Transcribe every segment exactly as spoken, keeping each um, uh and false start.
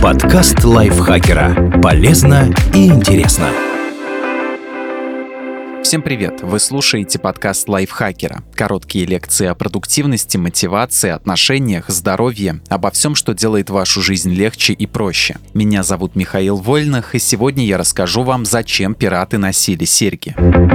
Подкаст лайфхакера. Полезно и интересно. Всем привет! Вы слушаете подкаст лайфхакера. Короткие лекции о продуктивности, мотивации, отношениях, здоровье, обо всем, что делает вашу жизнь легче и проще. Меня зовут Михаил Вольных, и сегодня я расскажу вам, зачем пираты носили серьги.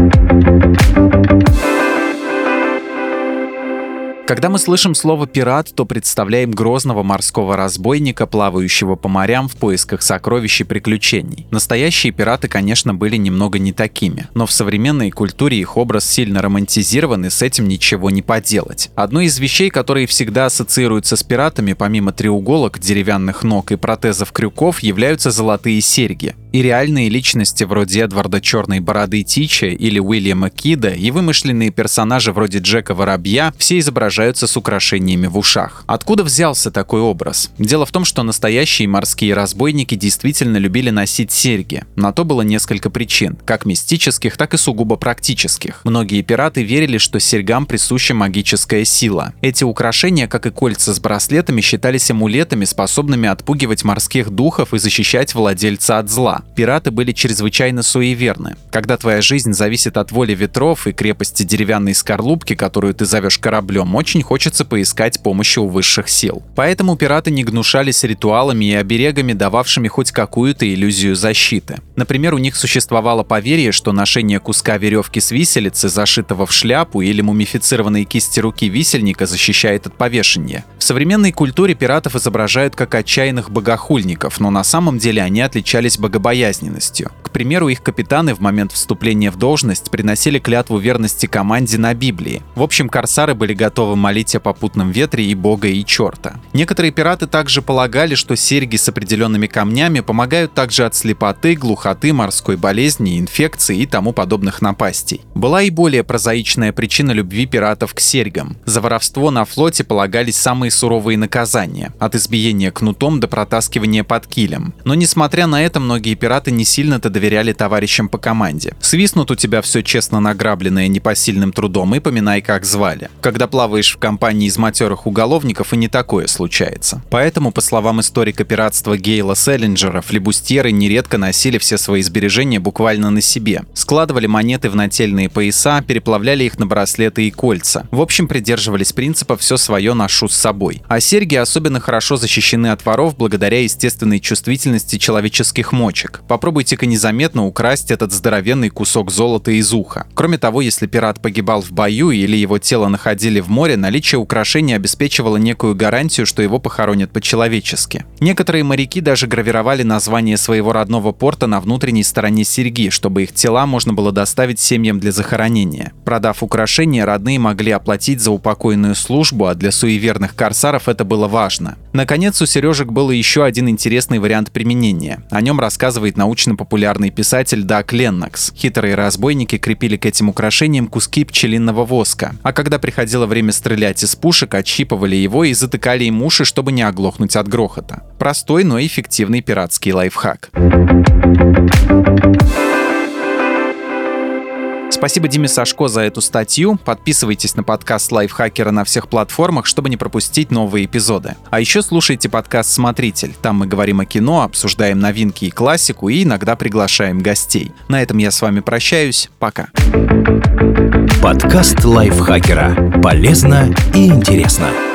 Когда мы слышим слово «пират», то представляем грозного морского разбойника, плавающего по морям в поисках сокровищ и приключений. Настоящие пираты, конечно, были немного не такими, но в современной культуре их образ сильно романтизирован, и с этим ничего не поделать. Одной из вещей, которые всегда ассоциируются с пиратами, помимо треуголок, деревянных ног и протезов крюков, являются золотые серьги. И реальные личности вроде Эдварда Черной Бороды Тича или Уильяма Кида, и вымышленные персонажи вроде Джека Воробья все изображаются с украшениями в ушах. Откуда взялся такой образ? Дело в том, что настоящие морские разбойники действительно любили носить серьги. На то было несколько причин, как мистических, так и сугубо практических. Многие пираты верили, что серьгам присуща магическая сила. Эти украшения, как и кольца с браслетами, считались амулетами, способными отпугивать морских духов и защищать владельца от зла. Пираты были чрезвычайно суеверны. Когда твоя жизнь зависит от воли ветров и крепости деревянной скорлупки, которую ты зовешь кораблем, очень хочется поискать помощи у высших сил. Поэтому пираты не гнушались ритуалами и оберегами, дававшими хоть какую-то иллюзию защиты. Например, у них существовало поверье, что ношение куска веревки с виселицы, зашитого в шляпу, или мумифицированной кисти руки висельника защищает от повешения. В современной культуре пиратов изображают как отчаянных богохульников, но на самом деле они отличались богобоязненностью. К примеру, их капитаны в момент вступления в должность приносили клятву верности команде на Библии. В общем, корсары были готовы молить о попутном ветре и бога, и черта. Некоторые пираты также полагали, что серьги с определенными камнями помогают также от слепоты, глухоты, морской болезни, инфекции и тому подобных напастей. Была и более прозаичная причина любви пиратов к серьгам. За воровство на флоте полагались самые суровые наказания, от избиения кнутом до протаскивания под килем. Но несмотря на это, многие пираты не сильно-то доверяли товарищам по команде. Свистнут у тебя все честно награбленное непосильным трудом, и поминай, как звали. Когда плаваешь в компании из матерых уголовников, и не такое случается. Поэтому, по словам историка пиратства Гейла Селлинджера, флибустьеры нередко носили все свои сбережения буквально на себе. Складывали монеты в нательные пояса, переплавляли их на браслеты и кольца. В общем, придерживались принципа «все свое ношу с собой». А серьги особенно хорошо защищены от воров благодаря естественной чувствительности человеческих мочек. Попробуйте-ка незаметно украсть этот здоровенный кусок золота из уха. Кроме того, если пират погибал в бою или его тело находили в море, наличие украшения обеспечивало некую гарантию, что его похоронят по-человечески. Некоторые моряки даже гравировали название своего родного порта на внутренней стороне серьги, чтобы их тела можно было доставить семьям для захоронения. Продав украшения, родные могли оплатить за упокойную службу, а для суеверных корсаров это было важно. Наконец, у сережек был еще один интересный вариант применения. О нем рассказывает научно-популярный писатель Даг Леннокс. Хитрые разбойники крепили к этим украшениям куски пчелиного воска, а когда приходило время стрелять из пушек, отщипывали его и затыкали им уши, чтобы не оглохнуть от грохота. Простой, но эффективный пиратский лайфхак. Спасибо Диме Сашко за эту статью. Подписывайтесь на подкаст лайфхакера на всех платформах, чтобы не пропустить новые эпизоды. А еще слушайте подкаст «Смотритель». Там мы говорим о кино, обсуждаем новинки и классику и иногда приглашаем гостей. На этом я с вами прощаюсь. Пока. Подкаст лайфхакера. Полезно и интересно.